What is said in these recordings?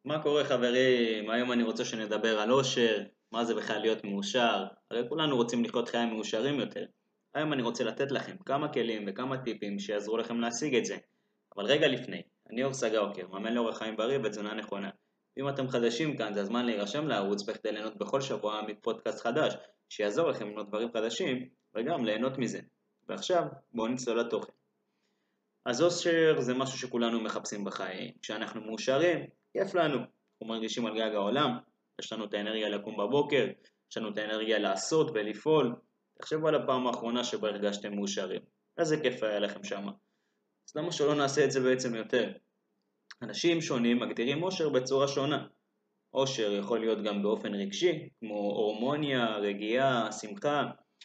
מה קורה חברים? היום אני רוצה שנדבר על אושר, מה זה בכלל להיות מאושר. הרי כולנו רוצים לחיות חיים מאושרים יותר. היום אני רוצה לתת לכם כמה כלים וכמה טיפים שיעזרו לכם להשיג את זה. אבל רגע לפני, אני אור סגאוקר, מאמן לאורח חיים בריא ותזונה נכונה. אם אתם חדשים כאן, זה הזמן להירשם לערוץ בכדי ליהנות בכל שבוע מפודקאסט חדש, שיעזור לכם ללמוד דברים חדשים וגם ליהנות מזה. ועכשיו, בואו נצלול לתוכן. אז אושר זה משהו שכולנו מחפשים בחיים. כשאנחנו מאושרים, כיף לנו. אנחנו מרגישים על גג העולם, יש לנו את האנרגיה לקום בבוקר, יש לנו את האנרגיה לעשות ולפעול. תחשבו על הפעם האחרונה שבה הרגשתם מאושרים. איזה כיף היה לכם שמה. אז למה שלא נעשה את זה בעצם יותר? אנשים שונים מגדירים אושר בצורה שונה. אושר יכול להיות גם באופן רגשי, כמו הורמוניה, רגיעה, שמחה,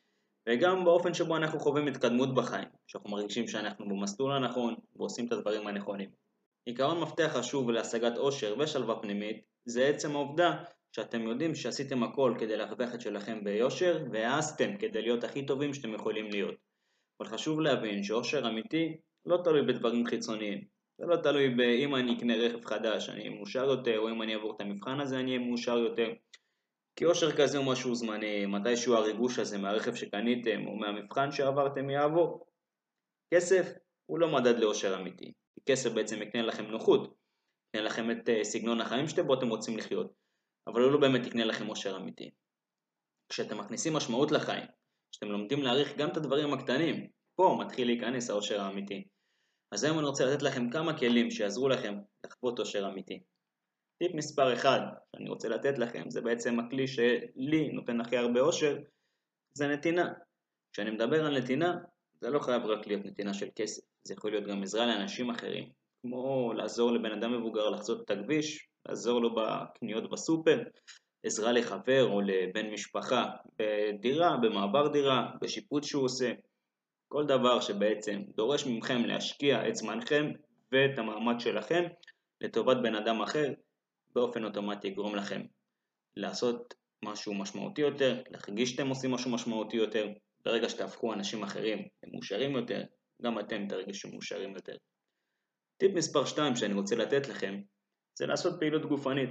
וגם באופן שבו אנחנו חווים התקדמות בחיים, שאנחנו מרגישים שאנחנו במסלול הנכון ועושים את הדברים הנכונים. עיקרון מפתח חשוב להשגת אושר ושלווה פנימית זה עצם העובדה שאתם יודעים שעשיתם הכל כדי להרוויח את שלכם ביושר והעזתם כדי להיות הכי טובים שאתם יכולים להיות. אבל חשוב להבין שאושר אמיתי לא תלוי בדברים חיצוניים. זה לא תלוי באם אני אקנה רכב חדש אני אהיה מאושר יותר, או אם אני אעבור את המבחן הזה אני אהיה מאושר יותר. כי אושר כזה הוא משהו זמני, מתישהו הריגוש הזה מהרכב שקניתם או מהמבחן שעברתם יעבור. כסף הוא לא מדד לאושר אמיתי, כי כסף בעצם יקנה לכם נוחות, יקנה לכם את סגנון החיים שבו אתם רוצים לחיות, אבל הוא לא באמת יקנה לכם אושר אמיתי. כשאתם מכניסים משמעות לחיים, כשאתם לומדים להעריך גם את הדברים הקטנים, פה מתחיל להיכנס האושר האמיתי. אז היום אני רוצה לתת לכם כמה כלים שיעזרו לכם לחוות אושר אמיתי. טיפ מספר 1 שאני רוצה לתת לכם, זה בעצם הכלי שלי נותן הכי הרבה אושר, זה נתינה. כשאני מדבר על נתינה, זה לא חייב רק להיות נתינה של כסף, זה יכול להיות גם עזרה לאנשים אחרים, כמו לעזור לבן אדם מבוגר לחצות את הכביש, לעזור לו בקניות בסופר, עזרה לחבר או לבן משפחה בדירה, במעבר דירה, בשיפוץ שהוא עושה, כל דבר שבעצם דורש מכם להשקיע את זמנכם ואת המאמץ שלכם לטובת בן אדם אחר, באופן אוטומטי יגרום לכם לעשות משהו משמעותי יותר, להרגיש שאתם עושים משהו משמעותי יותר. ברגע שתהפכו אנשים אחרים למאושרים יותר, גם אתם תרגישו מאושרים יותר. טיפ מספר 2 שאני רוצה לתת לכם, זה לעשות פעילות גופנית.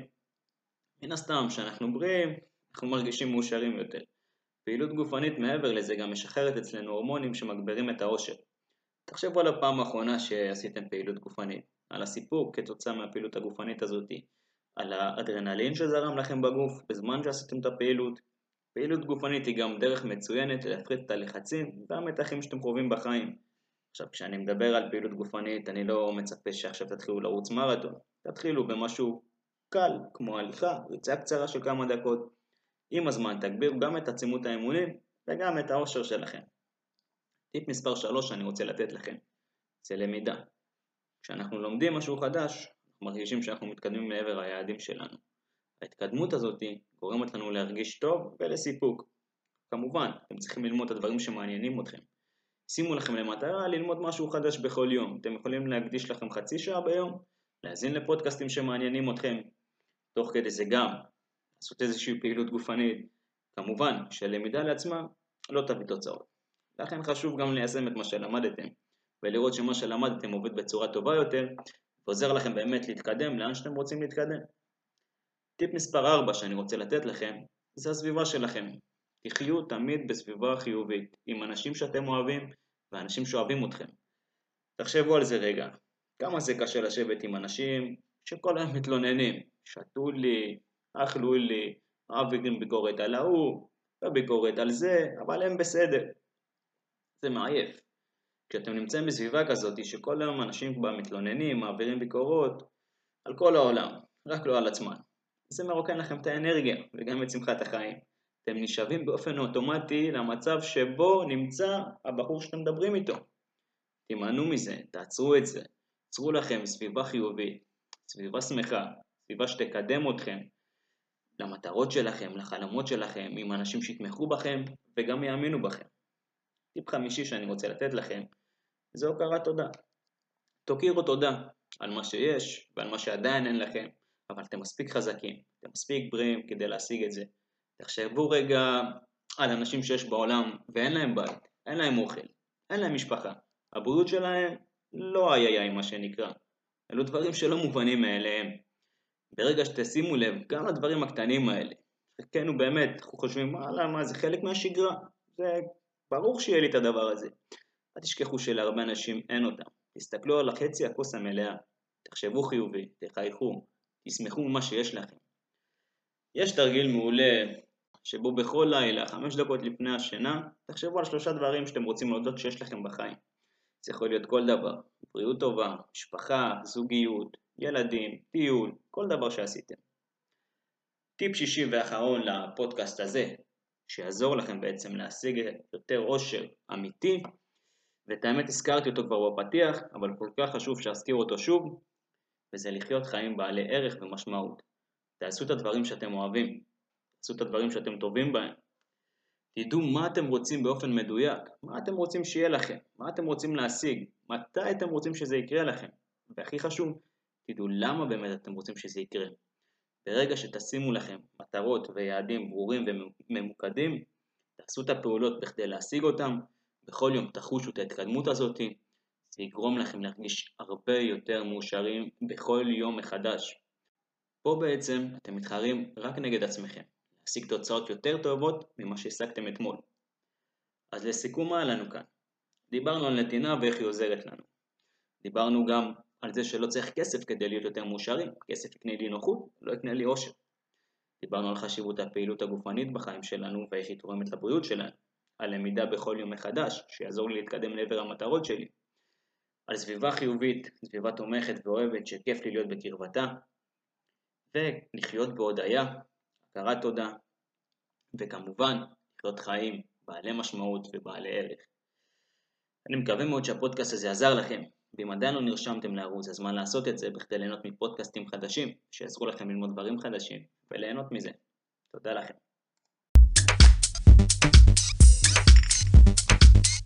מן הסתם, כשאנחנו בריאים, אנחנו מרגישים מאושרים יותר. פעילות גופנית מעבר לזה גם משחררת אצלנו הורמונים שמגבירים את האושר. תחשבו על הפעם האחרונה שעשיתם פעילות גופנית, על הסיפוק כתוצאה מהפעילות הגופנית הזאתי, על האדרנלין שזרם לכם בגוף בזמן שעשיתם את הפעילות. פעילות גופנית היא גם דרך מצוינת להפחית את הלחצים והמתחים שאתם חווים בחיים. עכשיו, כשאני מדבר על פעילות גופנית, אני לא מצפה שעכשיו תתחילו לרוץ מרתון. תתחילו במשהו קל, כמו הליכה, ריצה קצרה של כמה דקות. עם הזמן תגבירו גם את עצימות האימונים וגם את האושר שלכם. טיפ מספר 3 שאני רוצה לתת לכם, זה למידה. כשאנחנו לומדים משהו חדש, אנחנו מרגישים שאנחנו מתקדמים לעבר היעדים שלנו. ההתקדמות הזאת גורמת לנו להרגיש טוב ולסיפוק. כמובן, אתם צריכים ללמוד את הדברים שמעניינים אתכם. שימו לכם למטרה ללמוד משהו חדש בכל יום. אתם יכולים להקדיש לכם חצי שעה ביום, להאזין לפודקאסטים שמעניינים אתכם. תוך כדי זה גם לעשות איזושהי פעילות גופנית. כמובן, שהלמידה לעצמה לא תביא תוצאות. לכן חשוב גם ליישם את מה שלמדתם, ולראות שמה שלמדתם עובד בצורה טובה יותר, ועוזר לכם באמת להתקדם לאן שאתם רוצים להתקדם. טיפ מספר 4 שאני רוצה לתת לכם, זה הסביבה שלכם. תחיו תמיד בסביבה חיובית, עם אנשים שאתם אוהבים, ואנשים שאוהבים אתכם. תחשבו על זה רגע, כמה זה קשה לשבת עם אנשים שכל היום מתלוננים, שתו לי, אכלו לי, מעבירים ביקורת על ההוא, וביקורת על זה, אבל הם בסדר. זה מעייף. כשאתם נמצאים בסביבה כזאת שכל היום אנשים בה מתלוננים, מעבירים ביקורות על כל העולם, רק לא על עצמם. זה מרוקן לכם את האנרגיה וגם את שמחת החיים. אתם נשאבים באופן אוטומטי למצב שבו נמצא הבחור שאתם מדברים איתו. תימנעו מזה, תעצרו את זה. עצרו לכם סביבה חיובית, סביבה שמחה, סביבה שתקדם אתכם למטרות שלכם, לחלומות שלכם, עם אנשים שיתמכו בכם וגם יאמינו בכם. טיפ 5 שאני רוצה לתת לכם, זה הוקרת תודה. תוקירו תודה על מה שיש ועל מה שעדיין אין לכם, אבל אתם מספיק חזקים, אתם מספיק בריאים כדי להשיג את זה. תחשבו רגע על אנשים שיש בעולם ואין להם בית, אין להם אוכל, אין להם משפחה. הבריאות שלהם לא היה מה שנקרא. אלו דברים שלא מובנים מאליהם. ברגע שתשימו לב גם לדברים הקטנים האלה, כן, הוא באמת, אנחנו חושבים, מה, זה חלק מהשגרה, זה ברור שיהיה לי את הדבר הזה. אל תשכחו שלהרבה אנשים אין אותם. תסתכלו על החצי הכוס המלאה, תחשבו חיובי, תחייכו, תשמחו ממה שיש לכם. יש תרגיל מעולה שבו בכל לילה, 5 דקות לפני השינה, תחשבו על 3 דברים שאתם רוצים להודות שיש לכם בחיים. זה יכול להיות כל דבר, בריאות טובה, משפחה, זוגיות, ילדים, טיול, כל דבר שעשיתם. טיפ שישי ואחרון לפודקאסט הזה, שיעזור לכם בעצם להשיג יותר אושר אמיתי, ואת האמת הזכרתי אותו כבר בפתיח, אבל כל כך חשוב שאזכיר אותו שוב, וזה לחיות חיים בעלי ערך ומשמעות. תעשו את הדברים שאתם אוהבים, תעשו את הדברים שאתם טובים בהם. תדעו מה אתם רוצים באופן מדויק, מה אתם רוצים שיהיה לכם, מה אתם רוצים להשיג, מתי אתם רוצים שזה יקרה לכם. והכי חשוב, תדעו למה באמת אתם רוצים שזה יקרה. ברגע שתשימו לכם מטרות ויעדים ברורים וממוקדים, תעשו את הפעולות בכדי להשיג אותם, בכל יום תחושו את ההתקדמות הזאת, זה יגרום לכם להרגיש הרבה יותר מאושרים בכל יום מחדש. פה בעצם אתם מתחרים רק נגד עצמכם, להשיג תוצאות יותר טובות ממה שהשגתם אתמול. אז לסיכום, מה לנו כאן? דיברנו על נתינה ואיך היא עוזרת לנו. דיברנו גם על זה שלא צריך כסף כדי להיות יותר מאושרים, כסף יקנה לי נוחות, לא יקנה לי אושר. דיברנו על חשיבות הפעילות הגופנית בחיים שלנו ואיך היא תורמת לבריאות שלנו, על למידה בכל יום מחדש, שיעזור לי להתקדם לעבר המטרות שלי, על סביבה חיובית, סביבה תומכת ואוהבת שכיף לי להיות בקרבתה, ולחיות בהודיה, הכרת תודה, וכמובן לחיות חיים בעלי משמעות ובעלי ערך. אני מקווה מאוד שהפודקאסט הזה עזר לכם, ואם עדיין לא נרשמתם לערוץ, אז מה לעשות את זה בכדי ליהנות מפודקאסטים חדשים, שיעזרו לכם ללמוד דברים חדשים וליהנות מזה. תודה לכם.